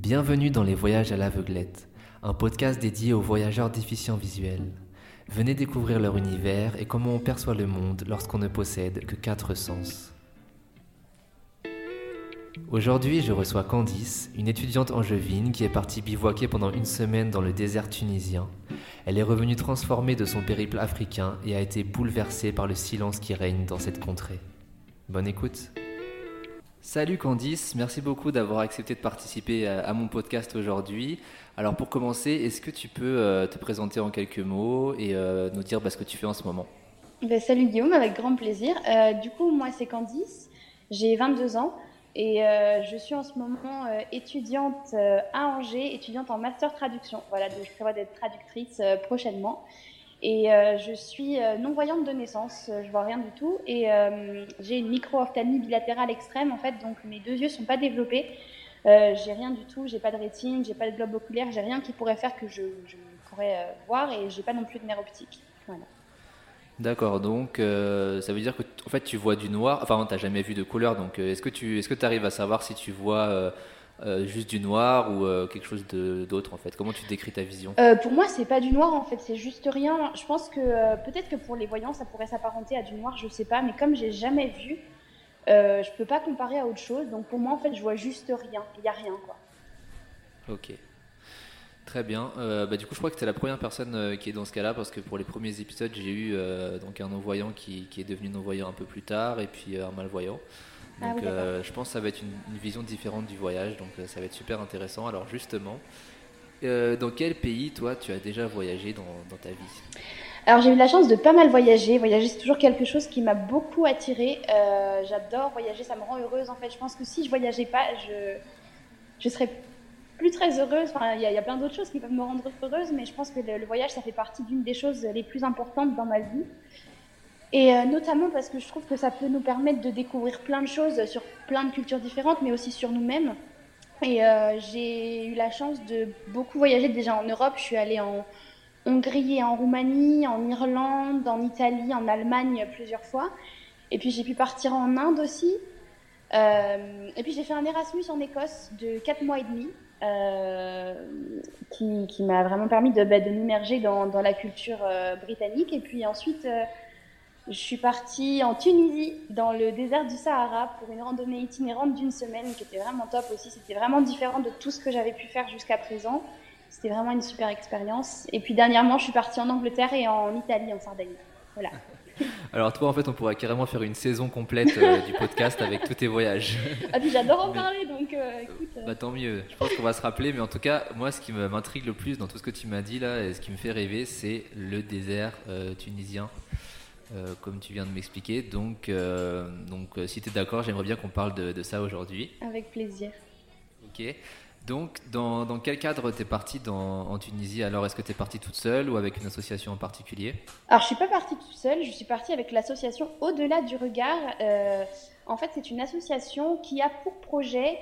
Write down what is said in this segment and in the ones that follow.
Bienvenue dans Les Voyages à l'aveuglette, un podcast dédié aux voyageurs déficients visuels. Venez découvrir leur univers et comment on perçoit le monde lorsqu'on ne possède que 4 sens. Aujourd'hui, je reçois Candice, une étudiante angevine qui est partie bivouaquer pendant une semaine dans le désert tunisien. Elle est revenue transformée de son périple africain et a été bouleversée par le silence qui règne dans cette contrée. Bonne écoute. Salut Candice, merci beaucoup d'avoir accepté de participer à mon podcast aujourd'hui. Alors pour commencer, est-ce que tu peux te présenter en quelques mots et nous dire ce que tu fais en ce moment? Salut Guillaume, avec grand plaisir. Du coup, moi c'est Candice, j'ai 22 ans et je suis en ce moment étudiante à Angers, étudiante en master traduction. Voilà, donc je prévois d'être traductrice prochainement. Et je suis non-voyante de naissance, je vois rien du tout. Et j'ai une micro-ophtalmie bilatérale extrême, en fait, donc mes deux yeux ne sont pas développés. J'ai rien du tout, j'ai pas de rétine, j'ai pas de globe oculaire, j'ai rien qui pourrait faire que je pourrais voir et j'ai pas non plus de nerf optique. Voilà. D'accord, donc ça veut dire que en fait tu vois du noir, enfin t'as jamais vu de couleur, donc est-ce que tu arrives à savoir si tu vois juste du noir ou quelque chose d'autre en fait? Comment tu décris ta vision? Pour moi, c'est pas du noir en fait, c'est juste rien. Je pense que peut-être que pour les voyants, ça pourrait s'apparenter à du noir, je sais pas, mais comme j'ai jamais vu, je peux pas comparer à autre chose. Donc pour moi, en fait, je vois juste rien. Il y a rien, quoi. Ok, très bien. Du coup, je crois que tu es la première personne qui est dans ce cas-là parce que pour les premiers épisodes, j'ai eu donc un non-voyant qui est devenu non-voyant un peu plus tard et puis un malvoyant. Donc Ah oui, d'accord. je pense que ça va être une vision différente du voyage, donc ça va être super intéressant. Alors justement, dans quel pays, toi, tu as déjà voyagé dans ta vie? Alors j'ai eu la chance de pas mal voyager. Voyager, c'est toujours quelque chose qui m'a beaucoup attirée. J'adore voyager, ça me rend heureuse en fait. Je pense que si je voyageais pas, je serais plus très heureuse. Enfin, il y a plein d'autres choses qui peuvent me rendre heureuse, mais je pense que le voyage, ça fait partie d'une des choses les plus importantes dans ma vie. Et notamment parce que je trouve que ça peut nous permettre de découvrir plein de choses sur plein de cultures différentes, mais aussi sur nous-mêmes. Et j'ai eu la chance de beaucoup voyager déjà en Europe. Je suis allée en Hongrie et en Roumanie, en Irlande, en Italie, en Allemagne plusieurs fois. Et puis j'ai pu partir en Inde aussi. Et puis j'ai fait un Erasmus en Écosse de 4 mois et demi, qui m'a vraiment permis de m'immerger dans la culture britannique. Et puis ensuite, je suis partie en Tunisie, dans le désert du Sahara, pour une randonnée itinérante d'une semaine qui était vraiment top aussi. C'était vraiment différent de tout ce que j'avais pu faire jusqu'à présent. C'était vraiment une super expérience. Et puis dernièrement, je suis partie en Angleterre et en Italie, en Sardaigne. Voilà. Alors toi, en fait, on pourrait carrément faire une saison complète du podcast avec tous tes voyages. Ah puis j'adore en Mais- parler, donc écoute. Tant mieux, je pense qu'on va se rappeler, mais en tout cas, moi ce qui m'intrigue le plus dans tout ce que tu m'as dit là, et ce qui me fait rêver, c'est le désert tunisien, comme tu viens de m'expliquer. Donc si tu es d'accord, j'aimerais bien qu'on parle de ça aujourd'hui. Avec plaisir. Ok. Donc, dans quel cadre tu es partie en Tunisie? Alors, est-ce que tu es partie toute seule ou avec une association en particulier? Alors, je suis pas partie toute seule, je suis partie avec l'association Au-delà du regard. En fait, c'est une association qui a pour projet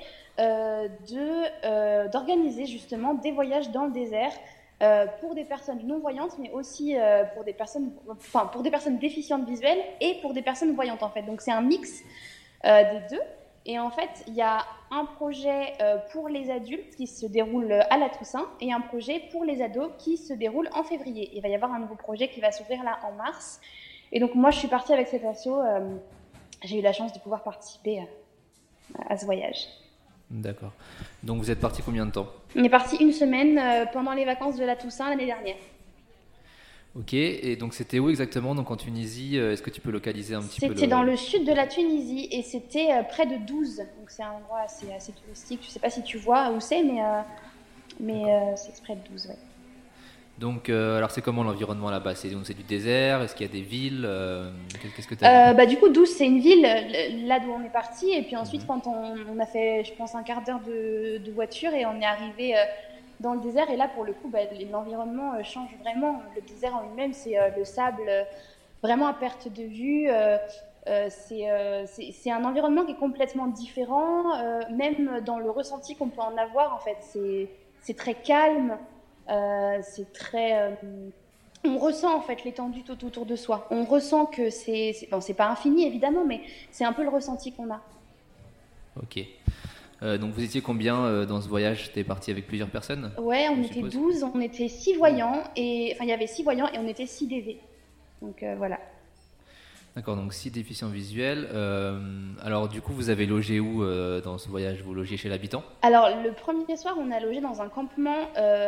d'organiser justement des voyages dans le désert pour des personnes non-voyantes, mais aussi pour des personnes déficientes visuelles et pour des personnes voyantes en fait. Donc, c'est un mix des deux. Et en fait, il y a un projet pour les adultes qui se déroule à la Toussaint et un projet pour les ados qui se déroule en février. Il va y avoir un nouveau projet qui va s'ouvrir là en mars. Et donc moi, je suis partie avec cet asso. J'ai eu la chance de pouvoir participer à ce voyage. D'accord. Donc, vous êtes parti combien de temps? On est parti une semaine pendant les vacances de la Toussaint l'année dernière. Ok, et donc c'était où exactement? Donc en Tunisie, est-ce que tu peux localiser un petit peu C'était dans le sud de la Tunisie et c'était près de 12. Donc c'est un endroit assez touristique. Je ne sais pas si tu vois où c'est, mais c'est près de 12, ouais. Donc, alors c'est comment l'environnement là-bas? Donc c'est du désert? Est-ce qu'il y a des villes? Qu'est-ce que tu as vu? Du coup, Douce, c'est une ville là d'où on est parti. Et puis ensuite, quand on a fait, je pense, un quart d'heure de voiture et on est arrivé dans le désert. Et là, pour le coup, l'environnement change vraiment. Le désert en lui-même, c'est le sable vraiment à perte de vue. C'est un environnement qui est complètement différent, même dans le ressenti qu'on peut en avoir. En fait, c'est très calme. C'est très... on ressent en fait l'étendue tout autour de soi. On ressent que c'est pas infini évidemment, mais c'est un peu le ressenti qu'on a. Ok. Donc vous étiez combien dans ce voyage? T'es parti avec plusieurs personnes, Ouais, on je était suppose? 12, on était 6 voyants, et enfin il y avait 6 voyants et on était 6 DV. Donc voilà. D'accord, donc 6 déficients visuels. Alors du coup, vous avez logé où dans ce voyage? Vous logiez chez l'habitant? Alors le premier soir, on a logé dans un campement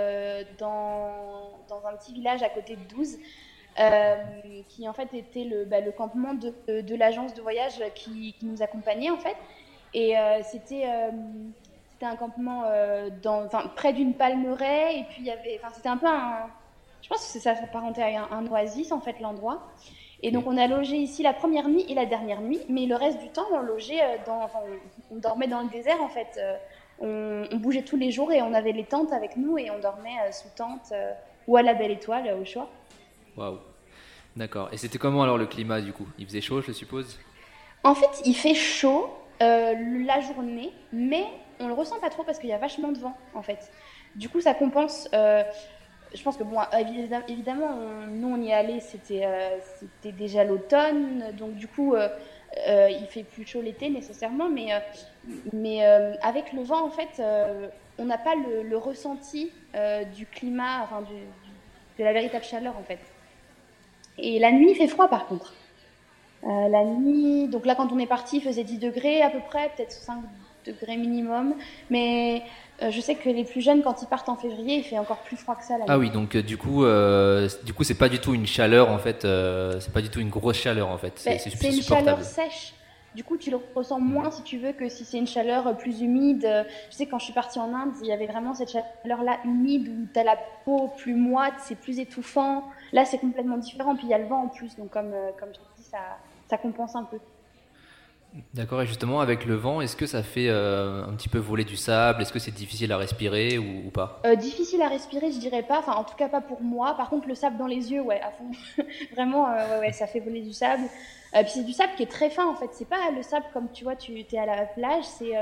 dans un petit village à côté de Douze, euh, qui en fait était le campement de l'agence de voyage qui nous accompagnait en fait. Et c'était un campement près d'une palmeraie. Et puis il y avait, enfin c'était un peu un, je pense que ça s'apparentait à un oasis en fait l'endroit. Et donc Ok. on a logé ici la première nuit et la dernière nuit, mais le reste du temps on logeait on dormait dans le désert en fait. On bougeait tous les jours et on avait les tentes avec nous et on dormait sous tente ou à la belle étoile au choix. Waouh. D'accord. Et c'était comment alors le climat du coup? Il faisait chaud, je suppose? En fait, il fait chaud la journée, mais on le ressent pas trop parce qu'il y a vachement de vent en fait. Du coup, ça compense. Je pense que bon, évidemment, nous on y est allé, c'était déjà l'automne, donc du coup, il fait plus chaud l'été nécessairement, mais avec le vent en fait, on n'a pas le ressenti du climat, de la véritable chaleur en fait. Et la nuit, il fait froid par contre. La nuit, donc là quand on est parti, il faisait 10 degrés à peu près, peut-être 5 degrés minimum. Mais je sais que les plus jeunes, quand ils partent en février, il fait encore plus froid que ça la Ah nuit. oui, donc du coup, c'est pas du tout une chaleur en fait. C'est pas du tout une grosse chaleur en fait. Ben, C'est c'est une chaleur supportable. sèche. Du coup, tu le ressens Hmm. moins si tu veux que si c'est une chaleur plus humide. Je sais, quand je suis partie en Inde, il y avait vraiment cette chaleur-là humide où tu as la peau plus moite, c'est plus étouffant. Là, c'est complètement différent. Puis il y a le vent en plus. Donc, comme je t'ai dit, ça compense un peu. D'accord. Et justement, avec le vent, est-ce que ça fait un petit peu voler du sable? Est-ce que c'est difficile à respirer ou pas? Difficile à respirer, je dirais pas. Enfin, en tout cas, pas pour moi. Par contre, le sable dans les yeux, ouais, à fond. Vraiment, ouais, ça fait voler du sable. Puis c'est du sable qui est très fin, en fait. C'est pas le sable comme tu vois, tu es à la plage.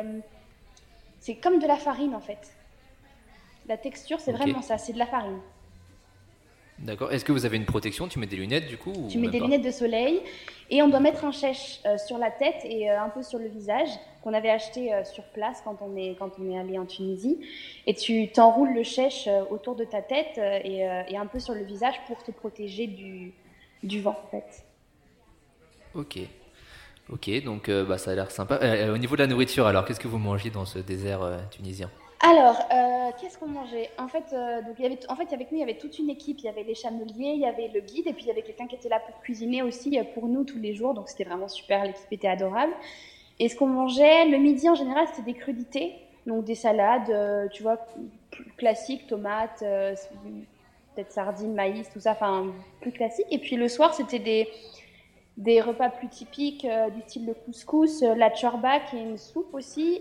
C'est comme de la farine, en fait. La texture, c'est Ok. vraiment ça. C'est de la farine. D'accord. Est-ce que vous avez une protection? Tu mets des lunettes du coup Tu ou mets même des pas? lunettes de soleil et on doit mettre D'accord. un chèche sur la tête et un peu sur le visage qu'on avait acheté sur place quand on est allé en Tunisie. Et tu t'enroules le chèche autour de ta tête et un peu sur le visage pour te protéger du vent, en fait. Ok. Ok. Donc bah, ça a l'air sympa. Au niveau de la nourriture, alors qu'est-ce que vous mangez dans ce désert tunisien? Alors, qu'est-ce qu'on mangeait? En fait, donc en fait, avec nous, il y avait toute une équipe. Il y avait les chameliers, il y avait le guide, et puis il y avait quelqu'un qui était là pour cuisiner aussi pour nous tous les jours. Donc c'était vraiment super. L'équipe était adorable. Et ce qu'on mangeait le midi en général, c'était des crudités, donc des salades, tu vois, classiques, tomates, peut-être sardines, maïs, tout ça, enfin plus classique. Et puis le soir, c'était des repas plus typiques du style le couscous, la tchorba qui est une soupe aussi.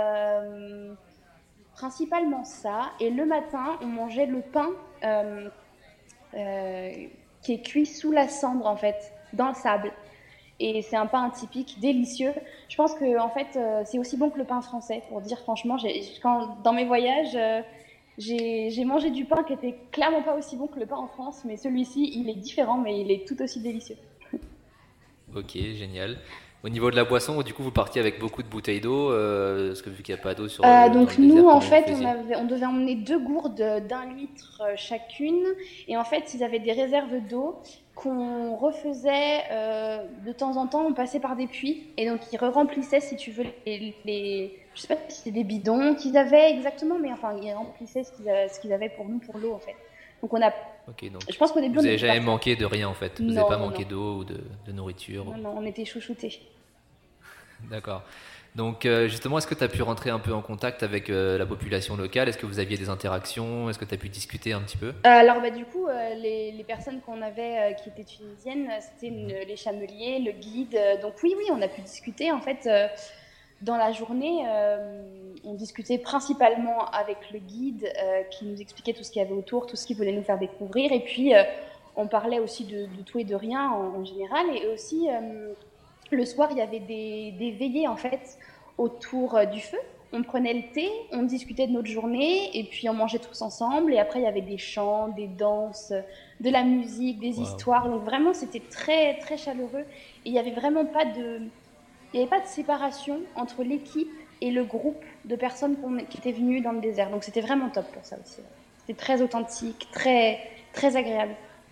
Principalement ça. Et le matin, on mangeait le pain euh, euh, qui est cuit sous la cendre en fait, dans le sable. Et c'est un pain typique, délicieux. Je pense que en fait, c'est aussi bon que le pain français. Pour dire franchement, dans mes voyages, j'ai mangé du pain qui était clairement pas aussi bon que le pain en France, mais celui-ci, il est différent, mais il est tout aussi délicieux. Ok, génial. Au niveau de la boisson, du coup, vous partiez avec beaucoup de bouteilles d'eau, parce que vu qu'il n'y a pas d'eau dans Donc le nous, désert, en comment vous fait, faisiez? on devait emmener 2 gourdes d'1 litre chacune. Et en fait, ils avaient des réserves d'eau qu'on refaisait de temps en temps. On passait par des puits. Et donc, ils remplissaient, si tu veux, je sais pas si c'était des bidons qu'ils avaient exactement, mais enfin, ils remplissaient ce qu'ils avaient pour nous, pour l'eau, en fait. Donc, Ok, je donc pense qu'au début, vous on n'avez était jamais parti. manqué de rien en fait. Vous n'avez Non, pas non, non. manqué d'eau ou de nourriture. Non, non, on était chouchoutés. D'accord. Donc justement, est-ce que tu as pu rentrer un peu en contact avec la population locale? Est-ce que vous aviez des interactions? Est-ce que tu as pu discuter un petit peu? Alors, bah, du coup, les personnes qu'on avait qui étaient tunisiennes, c'était les chameliers, le guide. Donc, oui, oui, on a pu discuter. En fait, dans la journée, on discutait principalement avec le guide qui nous expliquait tout ce qu'il y avait autour, tout ce qu'il voulait nous faire découvrir. Et puis, on parlait aussi de tout et de rien en général. Et aussi, le soir, il y avait des veillées en fait autour du feu. On prenait le thé, on discutait de notre journée et puis on mangeait tous ensemble. Et après, il y avait des chants, des danses, de la musique, des Waouh. histoires. Donc vraiment, c'était très très chaleureux. Et il n'y avait vraiment pas de séparation entre l'équipe et le groupe de personnes qui étaient venues dans le désert. Donc c'était vraiment top pour ça aussi. C'était très authentique, très, très agréable.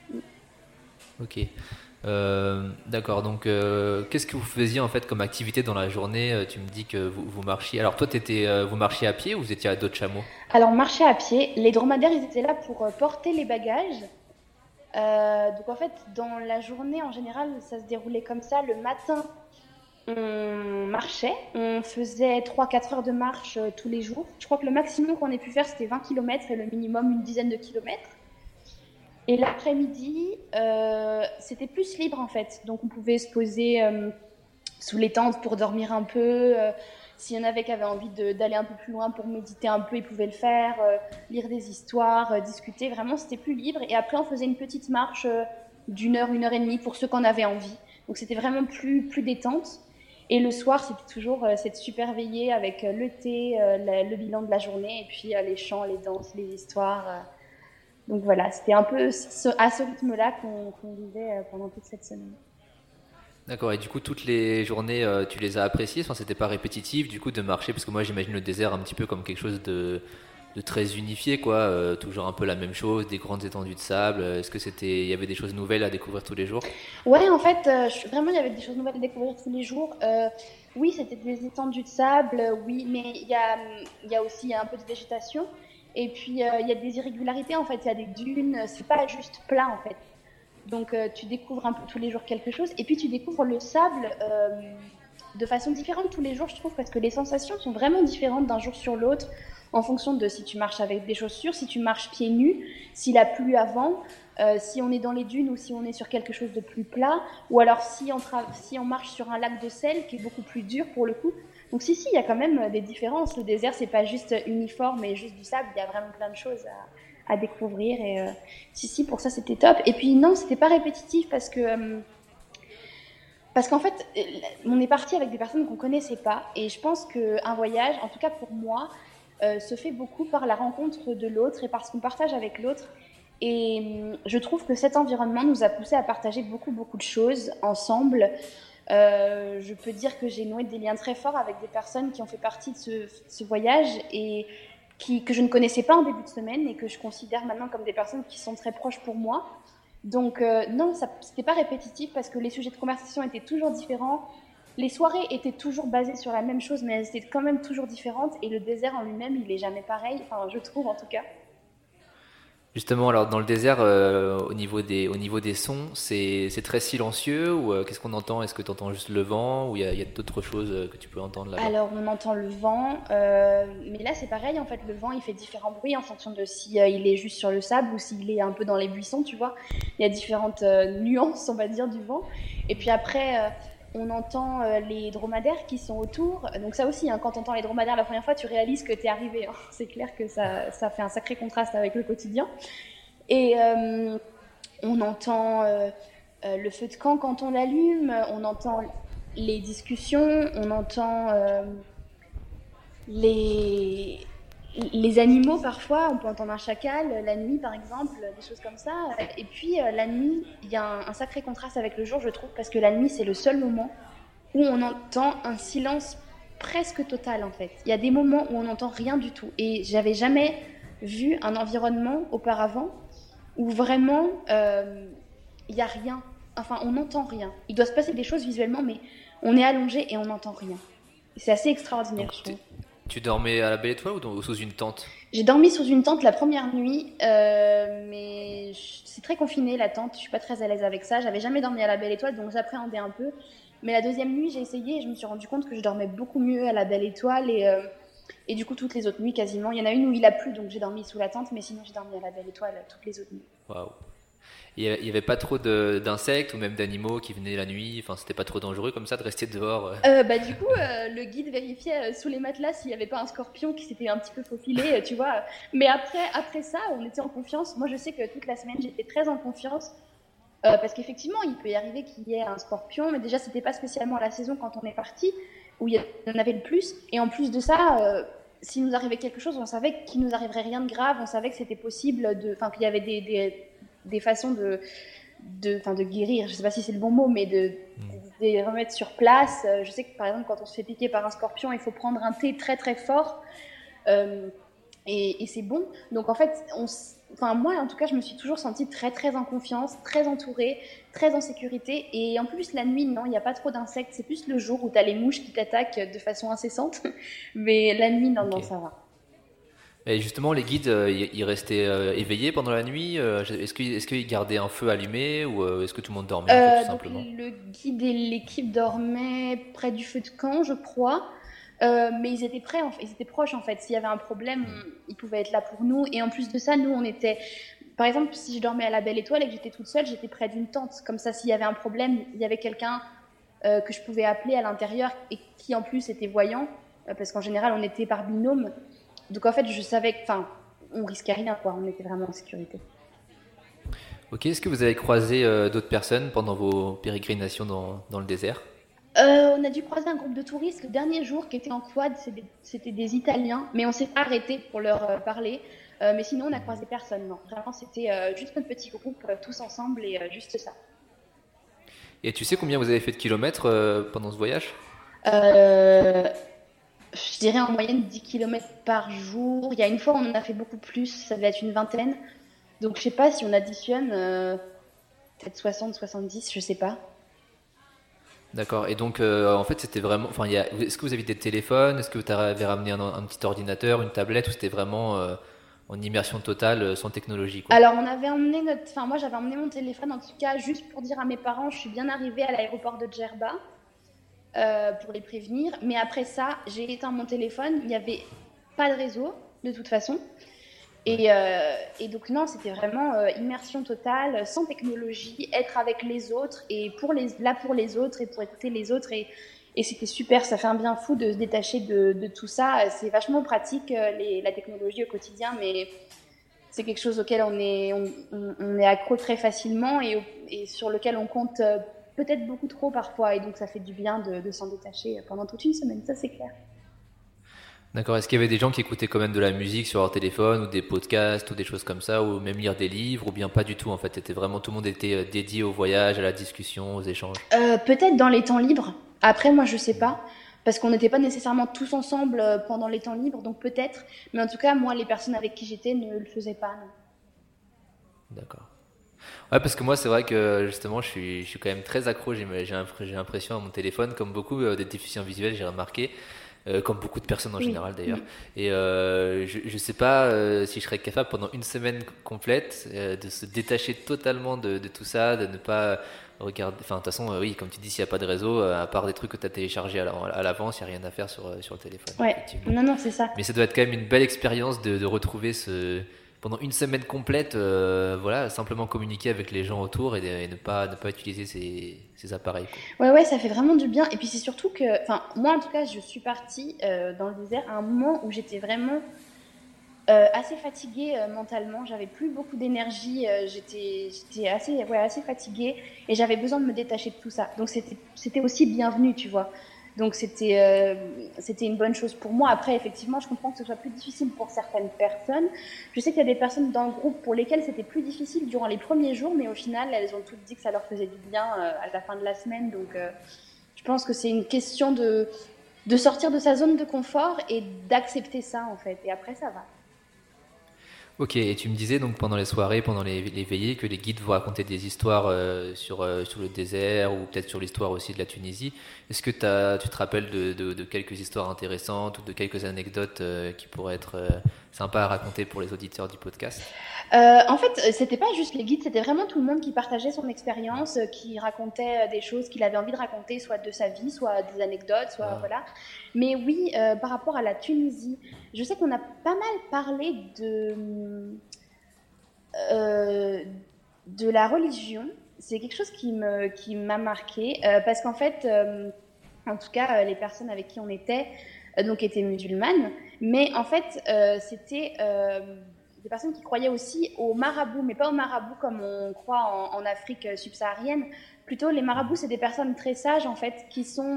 Ok. D'accord, donc qu'est-ce que vous faisiez en fait comme activité dans la journée? Tu me dis que vous marchiez. Alors toi, vous marchiez à pied ou vous étiez à dos de chameau? Alors on marchait à pied. Les dromadaires, ils étaient là pour porter les bagages. Donc en fait, dans la journée, en général, ça se déroulait comme ça. Le matin, on marchait, on faisait 3-4 heures de marche tous les jours. Je crois que le maximum qu'on ait pu faire, c'était 20 km et le minimum, une dizaine de kilomètres. Et l'après-midi, c'était plus libre en fait. Donc on pouvait se poser sous les tentes pour dormir un peu. S'il y en avait qui avaient envie d'aller un peu plus loin pour méditer un peu, ils pouvaient le faire, lire des histoires, discuter. Vraiment, c'était plus libre. Et après, on faisait une petite marche d'une heure et demie pour ceux qui en avaient envie. Donc c'était vraiment plus détente. Et le soir, c'était toujours cette super veillée avec le thé, le bilan de la journée, et puis les chants, les danses, les histoires. Donc voilà, c'était un peu à ce rythme-là qu'on vivait pendant toute cette semaine. D'accord, et du coup, toutes les journées, tu les as appréciées? Enfin, c'était pas répétitif, du coup, de marcher, parce que moi, j'imagine le désert un petit peu comme quelque chose de très unifié, quoi. Toujours un peu la même chose, des grandes étendues de sable. Est-ce que il y avait des choses nouvelles à découvrir tous les jours? Ouais, en fait, vraiment, il y avait des choses nouvelles à découvrir tous les jours. Oui, c'était des étendues de sable, oui, mais il y a aussi un peu de végétation. Et puis, il y a des irrégularités, en fait, il y a des dunes, c'est pas juste plat, en fait. Donc, tu découvres un peu tous les jours quelque chose. Et puis, tu découvres le sable de façon différente tous les jours, je trouve, parce que les sensations sont vraiment différentes d'un jour sur l'autre, en fonction de si tu marches avec des chaussures, si tu marches pieds nus, s'il a plu avant, si on est dans les dunes ou si on est sur quelque chose de plus plat, ou alors si on marche sur un lac de sel qui est beaucoup plus dur pour le coup. Donc si, il y a quand même des différences. Le désert, c'est pas juste uniforme et juste du sable, il y a vraiment plein de choses à découvrir. Et si, pour ça, c'était top. Et puis non, c'était pas répétitif parce qu'en fait, on est parti avec des personnes qu'on connaissait pas. Et je pense qu'un voyage, en tout cas pour moi, se fait beaucoup par la rencontre de l'autre et par ce qu'on partage avec l'autre. Et je trouve que cet environnement nous a poussé à partager beaucoup, beaucoup de choses ensemble. Je peux dire que j'ai noué des liens très forts avec des personnes qui ont fait partie de ce voyage et que je ne connaissais pas en début de semaine et que je considère maintenant comme des personnes qui sont très proches pour moi. Donc non, c'était pas répétitif parce que les sujets de conversation étaient toujours différents. Les soirées étaient toujours basées sur la même chose, mais elles étaient quand même toujours différentes. Et le désert en lui-même, il est jamais pareil. Enfin, je trouve en tout cas. Justement, alors dans le désert, au niveau des sons, c'est très silencieux ou qu'est-ce qu'on entend? Est-ce que tu entends juste le vent ou il y a d'autres choses que tu peux entendre là-bas? Alors, on entend le vent, mais là c'est pareil. En fait, le vent il fait différents bruits en fonction de si il est juste sur le sable ou s'il est un peu dans les buissons, tu vois. Il y a différentes nuances, on va dire, du vent. Et puis après, on entend les dromadaires qui sont autour. Donc ça aussi, hein, quand on entend les dromadaires la première fois, tu réalises que tu es arrivé, hein. C'est clair que ça fait un sacré contraste avec le quotidien. Et on entend le feu de camp quand on l'allume, on entend les discussions, on entend les, les animaux parfois, on peut entendre un chacal la nuit par exemple, des choses comme ça. Et puis la nuit, il y a un sacré contraste avec le jour, je trouve, parce que la nuit c'est le seul moment où on entend un silence presque total en fait. Il y a des moments où on n'entend rien du tout. Et j'avais jamais vu un environnement auparavant où vraiment il n'y a rien. Enfin, on n'entend rien. Il doit se passer des choses visuellement, mais on est allongé et on n'entend rien. C'est assez extraordinaire, Donc je trouve. tu dormais à la Belle Étoile ou sous une tente? J'ai dormi sous une tente la première nuit, mais c'est très confiné la tente. Je suis pas très à l'aise avec ça. J'avais jamais dormi à la Belle Étoile, donc j'appréhendais un peu. Mais la deuxième nuit, j'ai essayé et je me suis rendu compte que je dormais beaucoup mieux à la Belle Étoile et du coup toutes les autres nuits quasiment. Il y en a une où il a plu, donc j'ai dormi sous la tente, mais sinon j'ai dormi à la Belle Étoile toutes les autres nuits. Waouh. Il y avait pas trop d'insectes ou même d'animaux qui venaient la nuit. Enfin, c'était pas trop dangereux comme ça de rester dehors. Du coup, le guide vérifiait sous les matelas s'il n'y avait pas un scorpion qui s'était un petit peu faufilé, tu vois. Mais après ça, on était en confiance. Moi, je sais que toute la semaine, j'étais très en confiance. Parce qu'effectivement, il peut y arriver qu'il y ait un scorpion, mais déjà, c'était pas spécialement la saison quand on est parti, où il y en avait le plus. Et en plus de ça, s'il nous arrivait quelque chose, on savait qu'il nous arriverait rien de grave, on savait que c'était possible, enfin, qu'il y avait des façons de guérir, je sais pas si c'est le bon mot, mais des remèdes sur place. Je sais que par exemple, quand on se fait piquer par un scorpion, il faut prendre un thé très très fort. Et c'est bon. Donc en fait, moi en tout cas, je me suis toujours sentie très très en confiance, très entourée, très en sécurité. Et en plus, la nuit, non, il n'y a pas trop d'insectes. C'est plus le jour où tu as les mouches qui t'attaquent de façon incessante. Mais la nuit, non, Ok. non, ça va. Et justement, les guides, ils restaient éveillés pendant la nuit. Est-ce qu'ils gardaient un feu allumé ou est-ce que tout le monde dormait en fait, tout Donc simplement? le guide et l'équipe dormaient près du feu de camp, je crois. Mais ils étaient prêts, ils étaient proches en fait. S'il y avait un problème, Hmm. ils pouvaient être là pour nous. Et en plus de ça, nous, on était. Par exemple, si je dormais à la Belle Étoile et que j'étais toute seule, j'étais près d'une tente. Comme ça, s'il y avait un problème, il y avait quelqu'un que je pouvais appeler à l'intérieur et qui en plus était voyant. Parce qu'en général, on était par binôme. Donc en fait, je savais que. Enfin, on risquait rien, quoi. On était vraiment en sécurité. Ok, est-ce que vous avez croisé d'autres personnes pendant vos pérégrinations dans le désert? On a dû croiser un groupe de touristes le dernier jour qui était en quad, c'était des Italiens, mais on s'est pas arrêté pour leur parler. Mais sinon, on n'a croisé personne, non. Vraiment, c'était juste notre petit groupe, tous ensemble et juste ça. Et tu sais combien vous avez fait de kilomètres pendant ce voyage? Euh, je dirais en moyenne 10 kilomètres par jour. Il y a une fois, on en a fait beaucoup plus, ça devait être une vingtaine. Donc, je sais pas si on additionne peut-être 60, 70, je sais pas. D'accord. Et donc, en fait, c'était vraiment. Enfin, est-ce que vous aviez des téléphones? Est-ce que vous avez ramené un petit ordinateur, une tablette, ou c'était vraiment en immersion totale, sans technologie, quoi? Alors, on avait emmené enfin, moi, j'avais emmené mon téléphone, en tout cas, juste pour dire à mes parents, je suis bien arrivée à l'aéroport de Djerba. Pour les prévenir. Mais après ça, j'ai éteint mon téléphone. Il n'y avait pas de réseau, de toute façon. Ouais. Et donc, non, c'était vraiment immersion totale, sans technologie, être avec les autres, et là pour les autres, et pour écouter les autres. Et c'était super, ça fait un bien fou de se détacher de tout ça. C'est vachement pratique, la technologie au quotidien, mais c'est quelque chose auquel on est accro très facilement et sur lequel on compte peut-être beaucoup trop parfois. Et donc, ça fait du bien de s'en détacher pendant toute une semaine, ça c'est clair. D'accord. Est-ce qu'il y avait des gens qui écoutaient quand même de la musique sur leur téléphone, ou des podcasts, ou des choses comme ça, ou même lire des livres, ou bien pas du tout, en fait? Tout le monde était dédié au voyage, à la discussion, aux échanges. Peut-être dans les temps libres. Après, moi, je sais pas. Parce qu'on n'était pas nécessairement tous ensemble pendant les temps libres, donc peut-être. Mais en tout cas, moi, les personnes avec qui j'étais ne le faisaient pas. Non. D'accord. Ouais, parce que moi, c'est vrai que justement, je suis quand même très accro. J'ai l'impression à mon téléphone, comme beaucoup des déficients visuels, j'ai remarqué, comme beaucoup de personnes en Oui. général d'ailleurs. Et je sais pas si je serais capable pendant une semaine complète de se détacher totalement de tout ça, de ne pas regarder. Enfin, de toute façon, oui, comme tu dis, s'il n'y a pas de réseau, à part des trucs que tu as téléchargés à l'avance, il n'y a rien à faire sur le téléphone, Ouais. effectivement. Non, non, c'est ça. Mais ça doit être quand même une belle expérience de retrouver pendant une semaine complète, voilà, simplement communiquer avec les gens autour et ne pas utiliser ces appareils, quoi. Ouais, ouais, ça fait vraiment du bien. Et puis c'est surtout que, enfin, moi en tout cas, je suis partie dans le désert à un moment où j'étais vraiment assez fatiguée mentalement. J'avais plus beaucoup d'énergie. J'étais assez, ouais, assez fatiguée et j'avais besoin de me détacher de tout ça. Donc c'était aussi bienvenu, tu vois. Donc c'était une bonne chose pour moi. Après, effectivement, je comprends que ce soit plus difficile pour certaines personnes. Je sais qu'il y a des personnes dans le groupe pour lesquelles c'était plus difficile durant les premiers jours, mais au final, elles ont toutes dit que ça leur faisait du bien à la fin de la semaine. Donc je pense que c'est une question de sortir de sa zone de confort et d'accepter ça en fait. Et après, ça va. Ok, et tu me disais donc pendant les soirées, pendant les veillées, que les guides vous racontaient des histoires sur le désert ou peut-être sur l'histoire aussi de la Tunisie. Est-ce que tu te rappelles de quelques histoires intéressantes ou de quelques anecdotes qui pourraient être sympas à raconter pour les auditeurs du podcast? En fait, c'était pas juste les guides, c'était vraiment tout le monde qui partageait son expérience, qui racontait des choses qu'il avait envie de raconter, soit de sa vie, soit des anecdotes, soit Ah, voilà. Mais oui, par rapport à la Tunisie, je sais qu'on a pas mal parlé euh, de la religion. C'est quelque chose qui m'a marqué parce qu'en fait, en tout cas, les personnes avec qui on était donc étaient musulmanes, mais en fait, c'était des personnes qui croyaient aussi aux marabouts, mais pas aux marabouts comme on croit en Afrique subsaharienne. Plutôt, les marabouts, c'est des personnes très sages, en fait, qui sont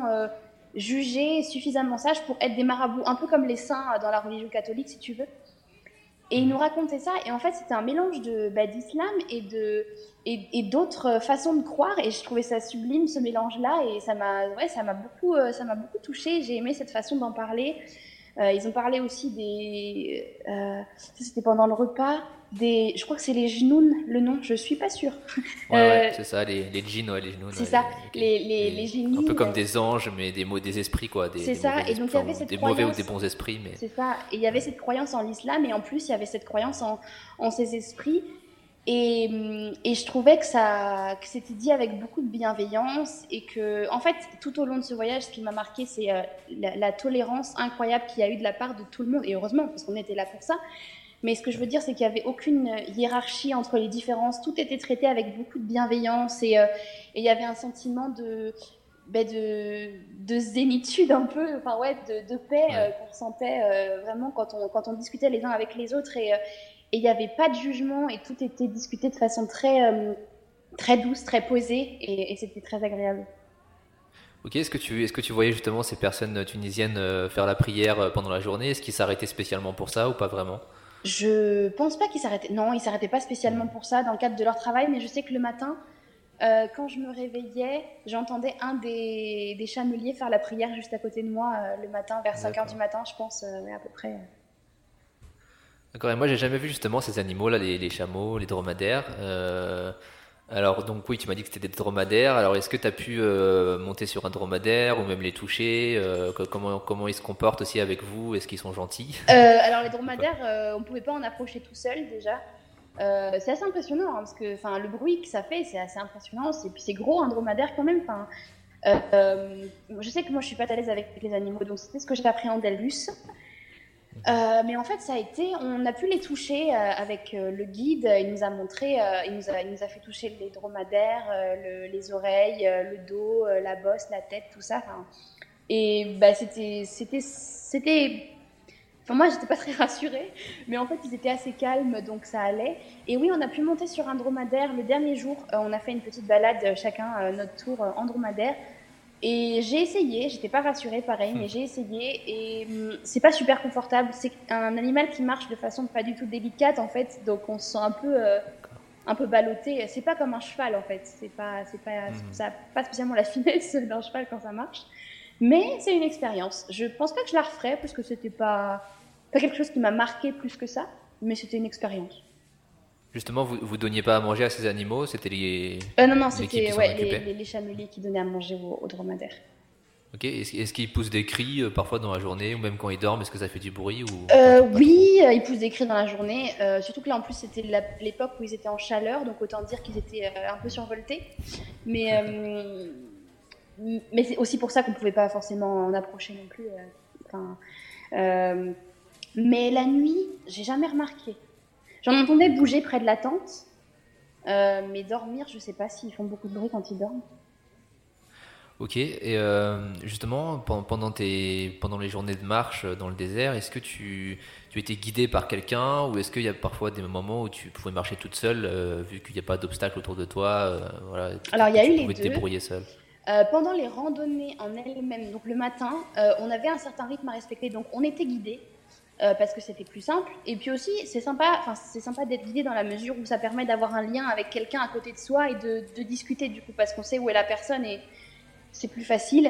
jugées suffisamment sages pour être des marabouts, un peu comme les saints dans la religion catholique, si tu veux. Et il nous racontait ça, et en fait, c'était un mélange d'islam et d'autres façons de croire, et je trouvais ça sublime, ce mélange-là, et ça m'a beaucoup touchée. J'ai aimé cette façon d'en parler. Ils ont parlé aussi ça c'était pendant le repas, je crois que c'est les genoun, le nom, je suis pas sûre. Ouais, c'est ça, les djinns, les genoun, C'est ça, ok. les Un peu génies. comme des anges, mais des esprits, quoi, C'est des ça, mauvais et donc esprits, il y enfin, avait cette des mauvais ou des croyance. bons esprits, mais C'est ça, et il y avait ouais. cette croyance en l'islam, et en plus il y avait cette croyance en ces esprits. Et je trouvais que c'était dit avec beaucoup de bienveillance, et que, en fait, tout au long de ce voyage, ce qui m'a marqué, c'est la tolérance incroyable qu'il y a eu de la part de tout le monde, et heureusement, parce qu'on était là pour ça. Mais ce que je veux dire, c'est qu'il n'y avait aucune hiérarchie entre les différences, tout était traité avec beaucoup de bienveillance, et il y avait un sentiment de zénitude un peu, enfin ouais, de paix Ouais. qu'on ressentait vraiment quand on discutait les uns avec les autres, et il n'y avait pas de jugement, et tout était discuté de façon très douce, très posée, et c'était très agréable. Ok, est-ce que tu voyais justement ces personnes tunisiennes faire la prière pendant la journée? Est-ce qu'ils s'arrêtaient spécialement pour ça ou pas vraiment? Je pense pas qu'ils s'arrêtaient. Non, ils s'arrêtaient pas spécialement Hmm. pour ça dans le cadre de leur travail, mais je sais que le matin, quand je me réveillais, j'entendais un des chameliers faire la prière juste à côté de moi le matin, vers 5 heures du D'accord. matin, je pense, ouais, à peu près. D'accord, et moi j'ai jamais vu justement ces animaux-là, les chameaux, les dromadaires. Alors donc oui, tu m'as dit que c'était des dromadaires. Alors est-ce que tu as pu monter sur un dromadaire ou même les toucher? Comment ils se comportent aussi avec vous? Est-ce qu'ils sont gentils Alors les ou pas? dromadaires, on pouvait pas en approcher tout seul déjà. C'est assez impressionnant, hein, parce que enfin le bruit que ça fait, c'est assez impressionnant. Et puis c'est gros un dromadaire quand même. Enfin, je sais que moi je suis pas à l'aise avec les animaux, donc c'était ce que j'appréhendais le plus. Mais en fait, on a pu les toucher avec le guide. Il nous a montré, il nous a fait toucher les dromadaires, les oreilles, le dos, la bosse, la tête, tout ça. Enfin, et bah, enfin, moi, j'étais pas très rassurée, mais en fait, ils étaient assez calmes, donc ça allait. Et oui, on a pu monter sur un dromadaire le dernier jour. On a fait une petite balade, chacun notre tour en dromadaire. Et j'ai essayé, j'étais pas rassurée pareil, mais j'ai essayé, et c'est pas super confortable. C'est un animal qui marche de façon pas du tout délicate en fait, donc on se sent D'accord. un peu ballotté. C'est pas comme un cheval en fait, ça a pas spécialement la finesse d'un cheval quand ça marche. Mais c'est une expérience. Je pense pas que je la referais parce que c'était pas quelque chose qui m'a marqué plus que ça, mais c'était une expérience. Justement, vous donniez pas à manger à ces animaux, c'était Non, l'équipe qui c'était s'en ouais, occupait. les chameliers qui donnaient à manger aux dromadaires. Ok, est-ce qu'ils poussent des cris parfois dans la journée ou même quand ils dorment, est-ce que ça fait du bruit ou pas trop? Oui, ils poussent des cris dans la journée. Surtout que là, en plus, c'était l'époque où ils étaient en chaleur, donc autant dire qu'ils étaient un peu survoltés. Mais, euh, mais c'est aussi pour ça qu'on ne pouvait pas forcément en approcher non plus. Enfin, euh, mais la nuit, j'ai jamais remarqué. J'en entendais D'accord. bouger près de la tente, mais dormir, je sais pas s'ils font beaucoup de bruit quand ils dorment. Ok, et justement, pendant les journées de marche dans le désert, est-ce que tu étais guidé par quelqu'un ou est-ce qu'il y a parfois des moments où tu pouvais marcher toute seule vu qu'il n'y a pas d'obstacle autour de toi, voilà, Alors, il y que a tu eu les pouvais te deux. débrouiller seule? Pendant les randonnées en elles-mêmes, donc le matin, on avait un certain rythme à respecter, donc on était guidé parce que c'était plus simple. Et puis aussi, c'est sympa d'être guidé dans la mesure où ça permet d'avoir un lien avec quelqu'un à côté de soi et de discuter du coup, parce qu'on sait où est la personne et c'est plus facile.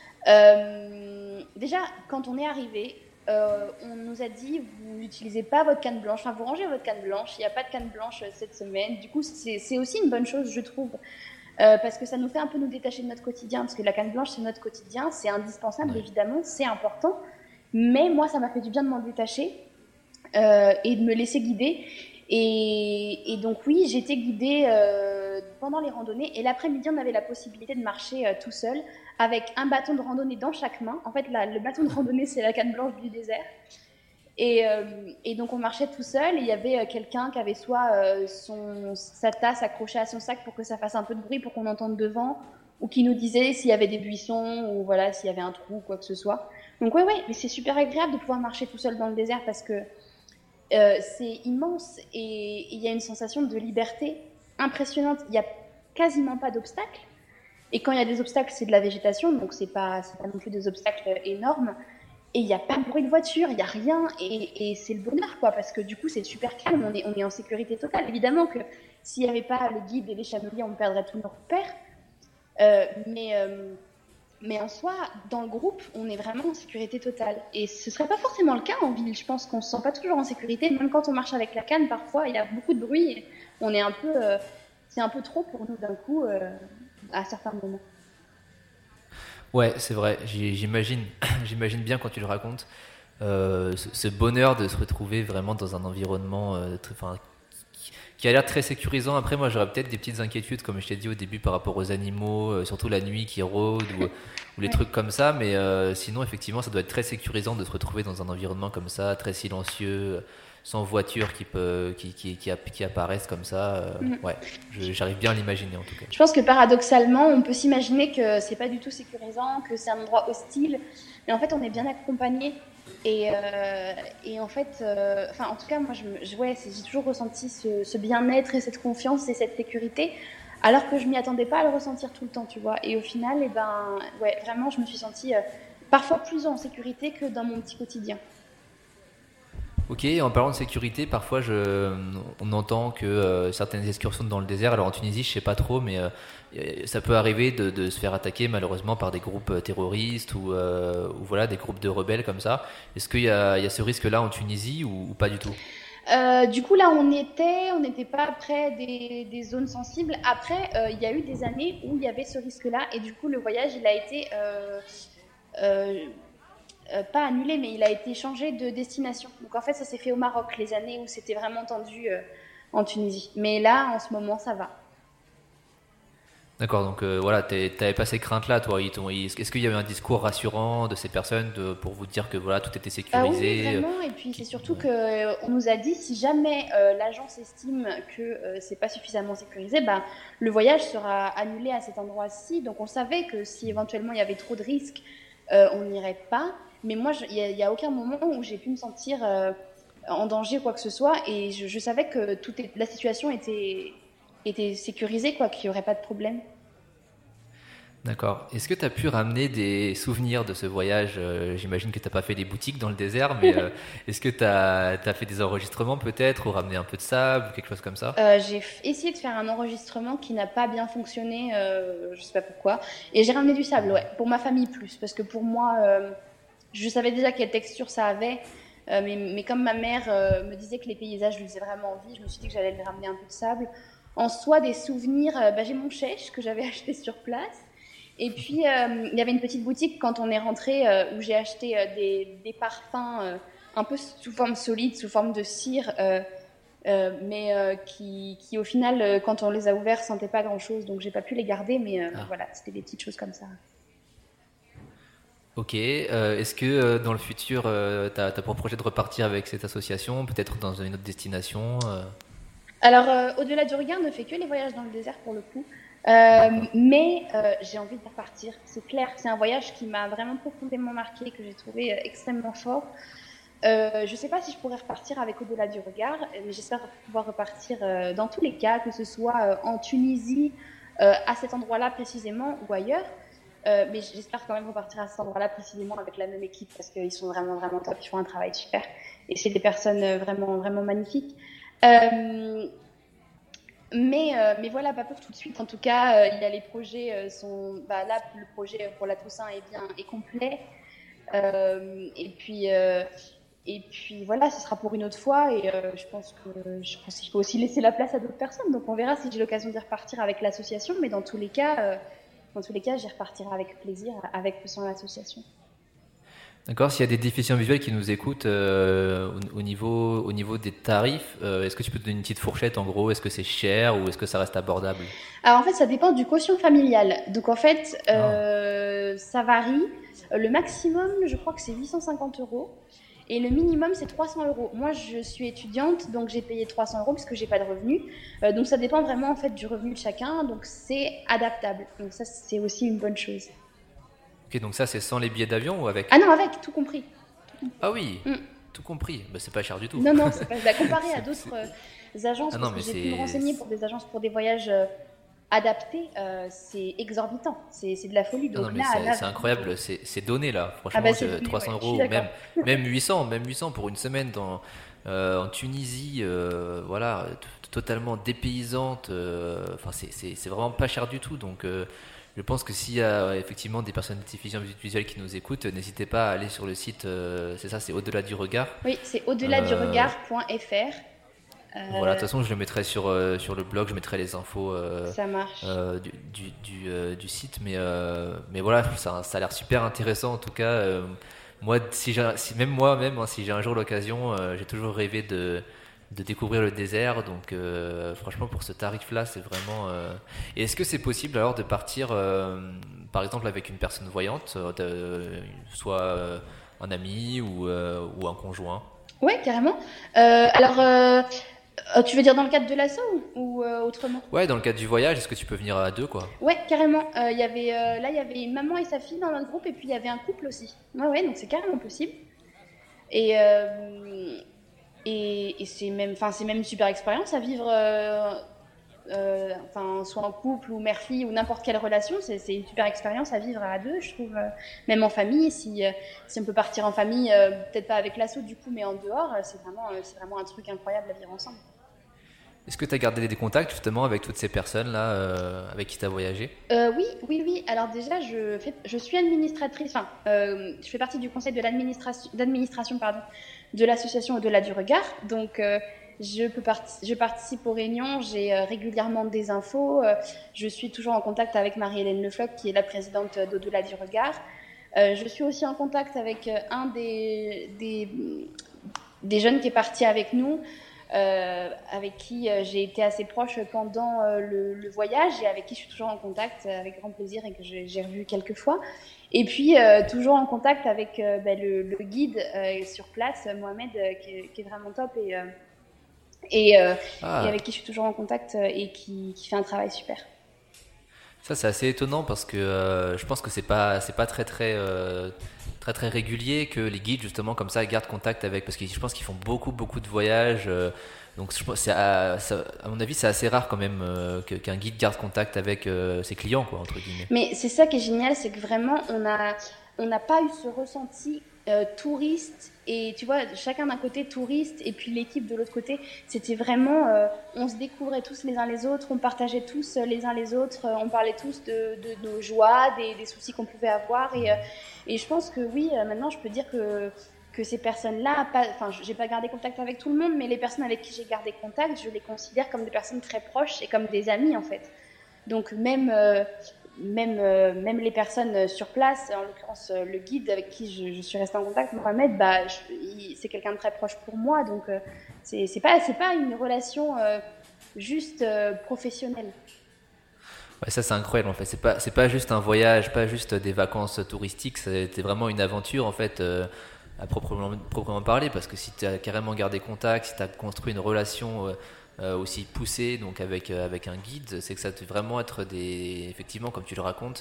Déjà, quand on est arrivé, on nous a dit vous n'utilisez pas votre canne blanche, enfin vous rangez votre canne blanche, il n'y a pas de canne blanche cette semaine. Du coup, c'est aussi une bonne chose, je trouve, parce que ça nous fait un peu nous détacher de notre quotidien, parce que la canne blanche, c'est notre quotidien, c'est indispensable, Ouais. évidemment, c'est important, mais moi, ça m'a fait du bien de m'en détacher et de me laisser guider. Et donc oui, j'étais guidée pendant les randonnées, et l'après-midi, on avait la possibilité de marcher tout seul, avec un bâton de randonnée dans chaque main. En fait, le bâton de randonnée, c'est la canne blanche du désert. Et donc on marchait tout seul, et il y avait quelqu'un qui avait soit sa tasse accrochée à son sac pour que ça fasse un peu de bruit pour qu'on entende devant, ou qui nous disait s'il y avait des buissons ou voilà s'il y avait un trou ou quoi que ce soit. Donc ouais, mais c'est super agréable de pouvoir marcher tout seul dans le désert parce que c'est immense, et il y a une sensation de liberté impressionnante. Il n'y a quasiment pas d'obstacles, et quand il y a des obstacles, c'est de la végétation, donc c'est pas non plus des obstacles énormes. et il n'y a pas de bruit de voiture, il n'y a rien, et c'est le bonheur, quoi, parce que du coup, c'est super calme, on est en sécurité totale. Évidemment que s'il n'y avait pas le guide et les chameliers, on perdrait tous nos repères, euh, mais, euh, mais en soi, dans le groupe, on est vraiment en sécurité totale. Et ce ne serait pas forcément le cas en ville, je pense qu'on ne se sent pas toujours en sécurité, même quand on marche avec la canne, parfois, il y a beaucoup de bruit, et on est un peu... c'est un peu trop pour nous d'un coup, à certains moments. Ouais, c'est vrai, j'imagine, j'imagine bien quand tu le racontes, ce bonheur de se retrouver vraiment dans un environnement qui a l'air très sécurisant. Après, moi, j'aurais peut-être des petites inquiétudes, comme je t'ai dit au début, par rapport aux animaux, surtout la nuit qui rôdent ou les Ouais. trucs comme ça. Mais sinon, effectivement, ça doit être très sécurisant de se retrouver dans un environnement comme ça, très silencieux, sans voiture qui apparaissent comme ça. Mm. Ouais, j'arrive bien à l'imaginer en tout cas. Je pense que paradoxalement, on peut s'imaginer que c'est pas du tout sécurisant, que c'est un endroit hostile, mais en fait, on est bien accompagné. Et en fait, enfin, en tout cas, moi, ouais, j'ai toujours ressenti ce bien-être et cette confiance et cette sécurité, alors que je m'y attendais pas à le ressentir tout le temps, tu vois. Et au final, eh ben, ouais, vraiment, je me suis sentie parfois plus en sécurité que dans mon petit quotidien. Ok, en parlant de sécurité, parfois on entend que certaines excursions dans le désert, alors en Tunisie je sais pas trop, mais ça peut arriver de se faire attaquer malheureusement par des groupes terroristes ou voilà des groupes de rebelles comme ça. Est-ce qu'il y a ce risque-là en Tunisie ou pas du tout? Du coup, là, on n'était pas près des zones sensibles. Après, il y a eu des années où il y avait ce risque-là, et du coup, le voyage, il a été euh, pas annulé, mais il a été changé de destination. Donc en fait, ça s'est fait au Maroc, les années où c'était vraiment tendu en Tunisie. Mais là, en ce moment, ça va. D'accord, donc voilà, t'avais pas ces craintes-là, toi. Est-ce qu'il y avait un discours rassurant de ces personnes pour vous dire que voilà, tout était Ah oui, oui, sécurisé vraiment. Et puis c'est surtout Ouais. que on nous a dit si jamais l'agence estime que c'est pas suffisamment sécurisé, bah, le voyage sera annulé à cet endroit-ci. Donc on savait que si éventuellement il y avait trop de risques, on n'irait pas. Mais moi, il y a aucun moment où j'ai pu me sentir en danger ou quoi que ce soit. Et je savais que la situation était sécurisée, quoi, qu'il n'y aurait pas de problème. D'accord. Est-ce que tu as pu ramener des souvenirs de ce voyage? J'imagine que tu n'as pas fait des boutiques dans le désert, mais est-ce que tu as fait des enregistrements peut-être ou ramené un peu de sable ou quelque chose comme ça? Essayé de faire un enregistrement qui n'a pas bien fonctionné, je sais pas pourquoi. Et j'ai ramené du sable, ouais, pour ma famille plus, parce que pour moi, je savais déjà quelle texture ça avait. Mais comme ma mère me disait que les paysages lui faisaient vraiment envie, je me suis dit que j'allais lui ramener un peu de sable. En soi, des souvenirs, bah, j'ai mon chèche que j'avais acheté sur place. Et puis, il y avait une petite boutique quand on est rentré où j'ai acheté des parfums un peu sous forme solide, sous forme de cire, mais qui, au final, quand on les a ouverts, sentaient pas grand-chose. Donc, j'ai pas pu les garder, mais Ah, voilà, c'était des petites choses comme ça. ok. Est-ce que dans le futur, tu as pour projet de repartir avec cette association, peut-être dans une autre destination Alors, Au-delà du regard ne fait que les voyages dans le désert pour le coup. D'accord. Mais j'ai envie de repartir. C'est clair que c'est un voyage qui m'a vraiment profondément marqué, que j'ai trouvé extrêmement fort. Je ne sais pas si je pourrais repartir avec Au-delà du regard, mais j'espère pouvoir repartir dans tous les cas, que ce soit en Tunisie, à cet endroit-là précisément, ou ailleurs. Mais j'espère quand même repartir à cet endroit-là précisément avec la même équipe parce qu'ils sont vraiment, vraiment top, ils font un travail super. Et c'est des personnes vraiment, vraiment magnifiques. Euh, mais voilà, pas pour tout de suite. En tout cas, il y a les projets bah, là, le projet pour la Toussaint est complet. Euh, et puis, euh, et puis voilà, ce sera pour une autre fois. Et je pense qu'il faut aussi laisser la place à d'autres personnes. Donc on verra si j'ai l'occasion d'y repartir avec l'association. Mais dans tous les cas, j'y repartirai avec plaisir, avec ou sans l'association. D'accord. S'il y a des déficients visuels qui nous écoutent au niveau des tarifs, est-ce que tu peux donner une petite fourchette en gros? Est-ce que c'est cher ou est-ce que ça reste abordable? Alors en fait, ça dépend du quotient familial. Donc en fait, Ah, ça varie. Le maximum, je crois que c'est 850 euros. Et le minimum, c'est 300 euros. Moi, je suis étudiante, donc j'ai payé 300 euros parce que j'ai pas de revenus. Donc ça dépend vraiment en fait du revenu de chacun. Donc c'est adaptable. Donc ça, c'est aussi une bonne chose. ok, donc ça c'est sans les billets d'avion ou Ah avec? non, avec, tout compris. Ah oui, Mm. tout compris. Bah, c'est pas cher du tout. Non, non, c'est pas. Bah, comparé à d'autres agences, Ah parce non, que mais j'ai pu me renseigner pour des agences pour des voyages adapté, c'est exorbitant, c'est de la folie. Non, non, Donc mais là, c'est incroyable, c'est donné là. ah Franchement, bah c'est donné, 300 ouais, je suis euros, d'accord. même 800, pour une semaine en Tunisie, voilà, totalement dépaysante. Enfin, c'est vraiment pas cher du tout. Donc, je pense que s'il y a effectivement des personnes déficientes visuelles qui nous écoutent, n'hésitez pas à aller sur le site. C'est ça, c'est Au-delà du regard. Oui, c'est au-delà du Euh, regard.fr. voilà, de Euh, toute façon, je le mettrai sur le blog, je mettrai les infos Ça marche. du site, mais voilà, ça a l'air super intéressant en tout cas. Moi, même moi-même, hein, si j'ai un jour l'occasion, j'ai toujours rêvé de découvrir le désert, donc franchement, pour ce tarif-là, c'est vraiment. Et est-ce que c'est possible alors de partir, par exemple, avec une personne voyante, soit un ami ou un conjoint? Ouais, carrément. Tu veux dire dans le cadre de l'assaut ou autrement? Ouais, dans le cadre du voyage, est-ce que tu peux venir à deux, quoi? Ouais, carrément. Là, il y avait une maman et sa fille dans notre groupe, et puis il y avait un couple aussi. Ouais, ouais, donc c'est carrément possible. Et, euh, et c'est même une super expérience à vivre, soit en couple ou mère-fille ou n'importe quelle relation. C'est une super expérience à vivre à deux, je trouve. Même en famille, si on peut partir en famille, peut-être pas avec l'assaut du coup, mais en dehors, c'est vraiment un truc incroyable à vivre ensemble. Est-ce que tu as gardé des contacts justement avec toutes ces personnes-là avec qui tu as voyagé? Oui, oui, oui. Alors déjà, je suis administratrice, je fais partie du conseil d'administration pardon, de l'association Au-delà du regard. Donc, je participe aux réunions, j'ai régulièrement des infos. Je suis toujours en contact avec Marie-Hélène Lefloc, qui est la présidente d'Au-delà du regard. Je suis aussi en contact avec un des jeunes qui est parti avec nous, avec qui j'ai été assez proche pendant le voyage et avec qui je suis toujours en contact avec grand plaisir et que j'ai revu quelques fois. Et puis toujours en contact avec le guide sur place, Mohamed, qui est vraiment top et, euh, et Ah, avec qui je suis toujours en contact et qui fait un travail super. ça c'est assez étonnant parce que je pense que c'est pas très régulier que les guides justement comme ça gardent contact avec, parce que je pense qu'ils font beaucoup de voyages. Donc je pense à mon avis c'est assez rare quand même qu'un guide garde contact avec ses clients, quoi, entre guillemets. Mais c'est ça qui est génial, c'est que vraiment, on n'a pas eu ce ressenti touriste. Et tu vois, chacun d'un côté touriste et puis l'équipe de l'autre côté, c'était vraiment, on se découvrait tous les uns les autres, on partageait tous les uns les autres, on parlait tous de nos joies, des soucis qu'on pouvait avoir. Et je pense que oui, maintenant je peux dire que ces personnes-là, enfin, j'ai pas gardé contact avec tout le monde, mais les personnes avec qui j'ai gardé contact, je les considère comme des personnes très proches et comme des amis en fait. Donc même les personnes sur place, en l'occurrence le guide avec qui je suis restée en contact, Mohamed, c'est quelqu'un de très proche pour moi. Donc c'est pas une relation juste professionnelle. Ouais, ça c'est incroyable en fait. C'est pas juste un voyage, pas juste des vacances touristiques. C'était vraiment une aventure en fait à proprement parler. Parce que si tu as carrément gardé contact, si tu as construit une relation aussi poussée donc avec un guide, c'est que ça peut vraiment être effectivement comme tu le racontes,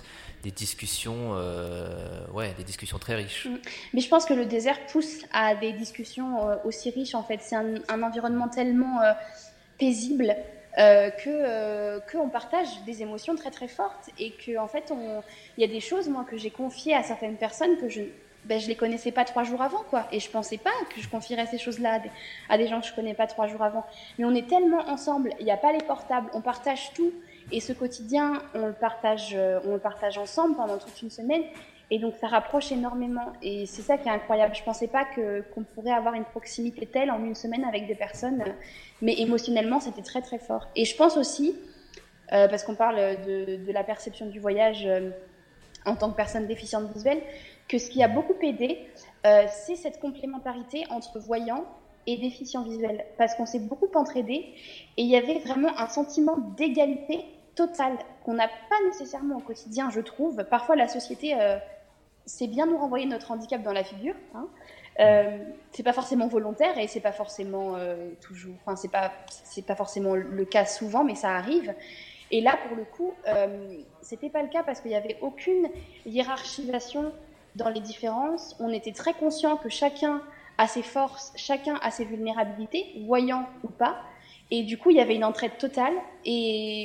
des discussions très riches. Mais je pense que le désert pousse à des discussions aussi riches en fait. C'est un environnement tellement paisible que on partage des émotions très très fortes et que en fait il y a des choses moi que j'ai confiées à certaines personnes que je les connaissais pas 3 jours avant quoi, et je pensais pas que je confierais ces choses-là à des gens que je connais pas 3 jours avant. Mais on est tellement ensemble, il n'y a pas les portables, on partage tout, et ce quotidien on le partage ensemble pendant toute une semaine. Et donc ça rapproche énormément et c'est ça qui est incroyable. Je pensais pas qu'on pourrait avoir une proximité telle en une semaine avec des personnes, mais émotionnellement c'était très très fort. Et je pense aussi, parce qu'on parle de la perception du voyage en tant que personne déficiente visuelle, que ce qui a beaucoup aidé, c'est cette complémentarité entre voyants et déficients visuels, parce qu'on s'est beaucoup entraidés et il y avait vraiment un sentiment d'égalité totale qu'on n'a pas nécessairement au quotidien, je trouve. Parfois la société c'est bien nous renvoyer notre handicap dans la figure. Hein. C'est pas forcément volontaire et c'est pas forcément toujours, enfin c'est pas forcément le cas souvent, mais ça arrive. Et là, pour le coup, c'était pas le cas parce qu'il n'y avait aucune hiérarchisation dans les différences. On était très conscient que chacun a ses forces, chacun a ses vulnérabilités, voyant ou pas. Et du coup, il y avait une entraide totale. Et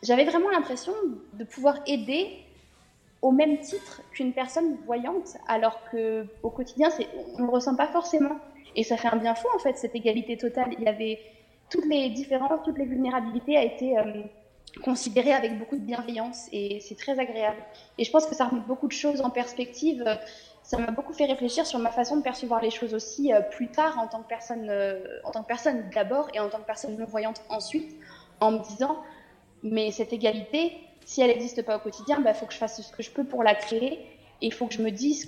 j'avais vraiment l'impression de pouvoir aider au même titre qu'une personne voyante, alors qu'au quotidien, on ne le ressent pas forcément. Et ça fait un bien fou, en fait, cette égalité totale. Il y avait toutes les différences, toutes les vulnérabilités a été considérées avec beaucoup de bienveillance, et c'est très agréable. Et je pense que ça remet beaucoup de choses en perspective. Ça m'a beaucoup fait réfléchir sur ma façon de percevoir les choses aussi plus tard en tant que personne d'abord et en tant que personne non-voyante ensuite, en me disant, mais cette égalité, si elle n'existe pas au quotidien, il faut que je fasse ce que je peux pour la créer, et il faut que je me dise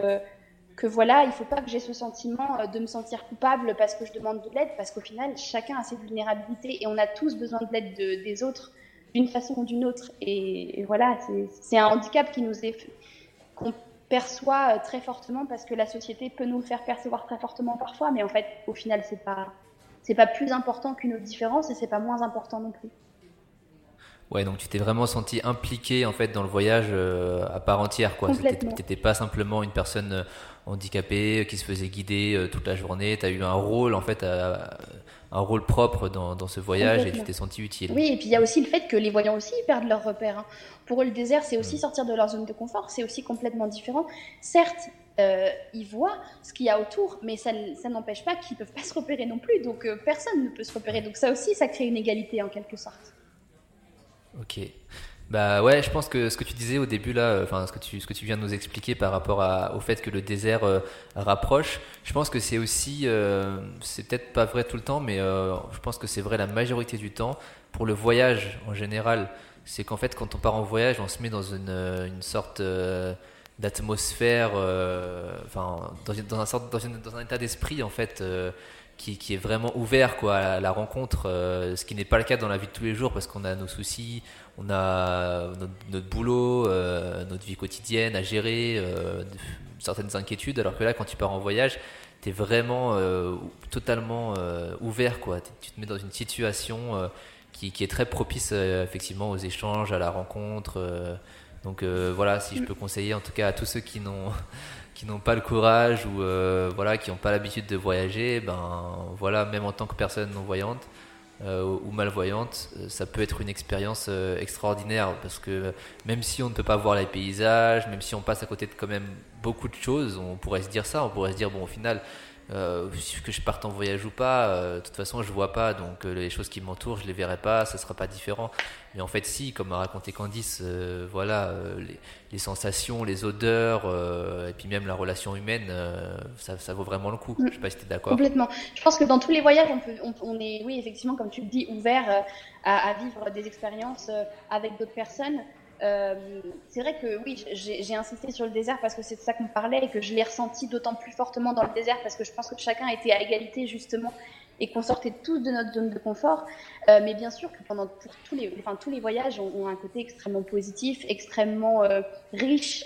que voilà, il ne faut pas que j'ai ce sentiment de me sentir coupable parce que je demande de l'aide, parce qu'au final, chacun a ses vulnérabilités et on a tous besoin de l'aide des autres d'une façon ou d'une autre. Et voilà, c'est un handicap qu'on perçoit très fortement parce que la société peut nous le faire percevoir très fortement parfois, mais en fait, au final, c'est pas plus important qu'une autre différence et c'est pas moins important non plus. Ouais, donc tu t'es vraiment senti impliqué en fait dans le voyage à part entière, quoi. T'étais pas simplement une personne handicapée qui se faisait guider toute la journée. T'as eu un rôle en fait, un rôle propre dans ce voyage et tu t'es senti utile. Oui, et puis il y a aussi le fait que les voyants aussi perdent leurs repères. Pour eux, le désert, c'est aussi sortir de leur zone de confort, c'est aussi complètement différent. Certes, ils voient ce qu'il y a autour, mais ça n'empêche pas qu'ils peuvent pas se repérer non plus. Donc personne ne peut se repérer. Donc ça aussi, ça crée une égalité en quelque sorte. Ok. Bah ouais, je pense que ce que tu disais au début là, enfin ce que tu viens de nous expliquer par rapport au fait que le désert rapproche, je pense que c'est aussi, c'est peut-être pas vrai tout le temps, mais je pense que c'est vrai la majorité du temps pour le voyage en général. C'est qu'en fait quand on part en voyage, on se met dans une sorte d'atmosphère, enfin dans un état d'esprit en fait. Qui est vraiment ouvert quoi, à la rencontre, ce qui n'est pas le cas dans la vie de tous les jours parce qu'on a nos soucis, on a notre boulot, notre vie quotidienne à gérer, certaines inquiétudes, alors que là quand tu pars en voyage, tu es vraiment totalement ouvert, quoi. Tu te mets dans une situation qui est très propice effectivement aux échanges, à la rencontre. Donc voilà, si je peux conseiller en tout cas à tous ceux qui n'ont pas le courage ou voilà, qui n'ont pas l'habitude de voyager, ben voilà, même en tant que personne non voyante ou malvoyante, ça peut être une expérience extraordinaire parce que même si on ne peut pas voir les paysages, même si on passe à côté de quand même beaucoup de choses, on pourrait se dire ça, on pourrait se dire bon au final que je parte en voyage ou pas, de toute façon je vois pas, donc les choses qui m'entourent je les verrai pas, ça sera pas différent. Mais en fait si, comme a raconté Candice, voilà, les sensations, les odeurs et puis même la relation humaine, ça vaut vraiment le coup. Je sais pas si tu es d'accord. Complètement. Je pense que dans tous les voyages on est, oui effectivement comme tu le dis, ouvert à vivre des expériences avec d'autres personnes. C'est vrai que oui, j'ai insisté sur le désert parce que c'est de ça qu'on parlait et que je l'ai ressenti d'autant plus fortement dans le désert parce que je pense que chacun était à égalité justement et qu'on sortait tous de notre zone de confort. Mais bien sûr que tous les voyages ont un côté extrêmement positif, extrêmement riche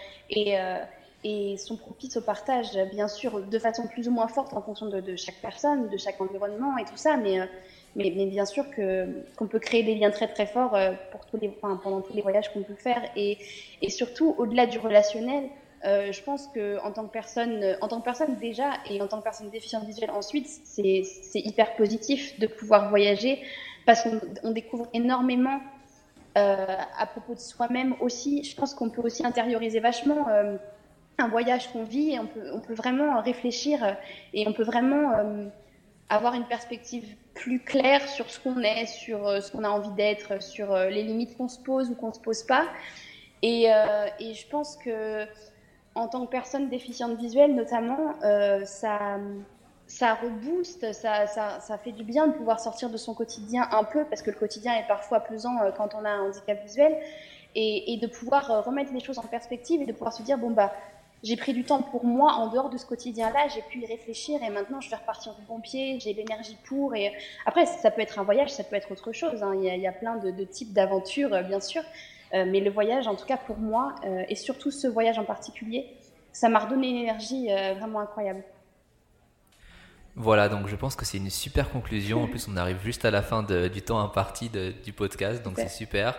et sont propices au partage, bien sûr, de façon plus ou moins forte en fonction de chaque personne, de chaque environnement et tout ça, mais bien sûr qu'on peut créer des liens très très forts pendant tous les voyages qu'on peut faire et surtout au-delà du relationnel. Je pense que en tant que personne déjà et en tant que personne déficiente visuelle ensuite, c'est hyper positif de pouvoir voyager parce qu'on découvre énormément à propos de soi-même aussi. Je pense qu'on peut aussi intérioriser vachement un voyage qu'on vit et on peut vraiment réfléchir et on peut vraiment avoir une perspective plus claire sur ce qu'on est, sur ce qu'on a envie d'être, sur les limites qu'on se pose ou qu'on se pose pas. Et je pense que en tant que personne déficiente visuelle notamment, ça rebooste, ça fait du bien de pouvoir sortir de son quotidien un peu, parce que le quotidien est parfois pesant quand on a un handicap visuel, et de pouvoir remettre les choses en perspective et de pouvoir se dire bon bah j'ai pris du temps pour moi en dehors de ce quotidien-là, j'ai pu y réfléchir et maintenant je vais repartir du bon pied, j'ai l'énergie pour. Et après, ça peut être un voyage, ça peut être autre chose. Hein. Il y a plein de types d'aventures, bien sûr. Mais le voyage, en tout cas pour moi, et surtout ce voyage en particulier, ça m'a redonné une énergie vraiment incroyable. Voilà, donc je pense que c'est une super conclusion. En plus, on arrive juste à la fin du temps imparti du podcast, donc c'est super.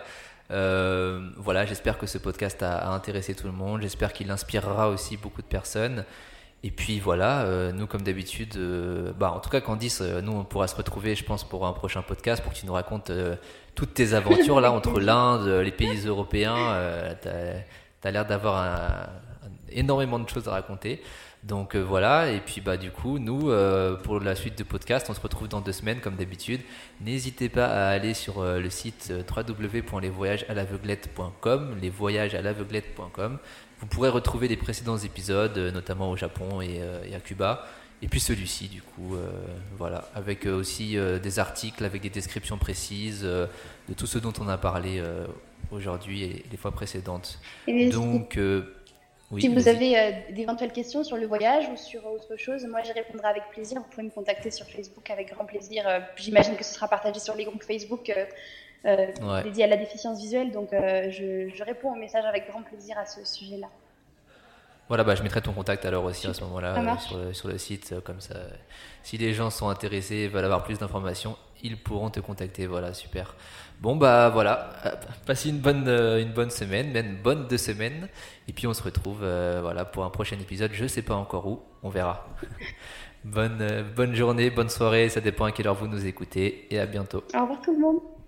Voilà, j'espère que ce podcast a intéressé tout le monde. J'espère qu'il inspirera aussi beaucoup de personnes. Et puis voilà, nous comme d'habitude, en tout cas Candice, nous on pourra se retrouver je pense pour un prochain podcast pour que tu nous racontes toutes tes aventures là entre l'Inde, les pays européens. T'as l'air d'avoir énormément de choses à raconter. Donc voilà, et puis du coup nous pour la suite de podcast on se retrouve dans 2 semaines comme d'habitude. N'hésitez pas à aller sur le site www.lesvoyagesalaveuglette.com, lesvoyagesalaveuglette.com. Vous pourrez retrouver les précédents épisodes, notamment au Japon et à Cuba. Et puis celui-ci, du coup, voilà, avec aussi des articles, avec des descriptions précises de tout ce dont on a parlé aujourd'hui et les fois précédentes. Donc, oui, si vous avez d'éventuelles questions sur le voyage ou sur autre chose, moi j'y répondrai avec plaisir. Vous pouvez me contacter sur Facebook avec grand plaisir. J'imagine que ce sera partagé sur les groupes Facebook dédiés à la déficience visuelle. Donc je réponds aux messages avec grand plaisir à ce sujet-là. Voilà, je mettrai ton contact alors aussi à ce moment-là sur le site, comme ça, si les gens sont intéressés et veulent avoir plus d'informations, ils pourront te contacter. Voilà, super. Bon voilà, passez une bonne semaine, même bonne 2 semaines, et puis on se retrouve pour un prochain épisode. Je sais pas encore où, on verra. Bonne journée, bonne soirée, ça dépend à quelle heure vous nous écoutez, et à bientôt. Au revoir tout le monde.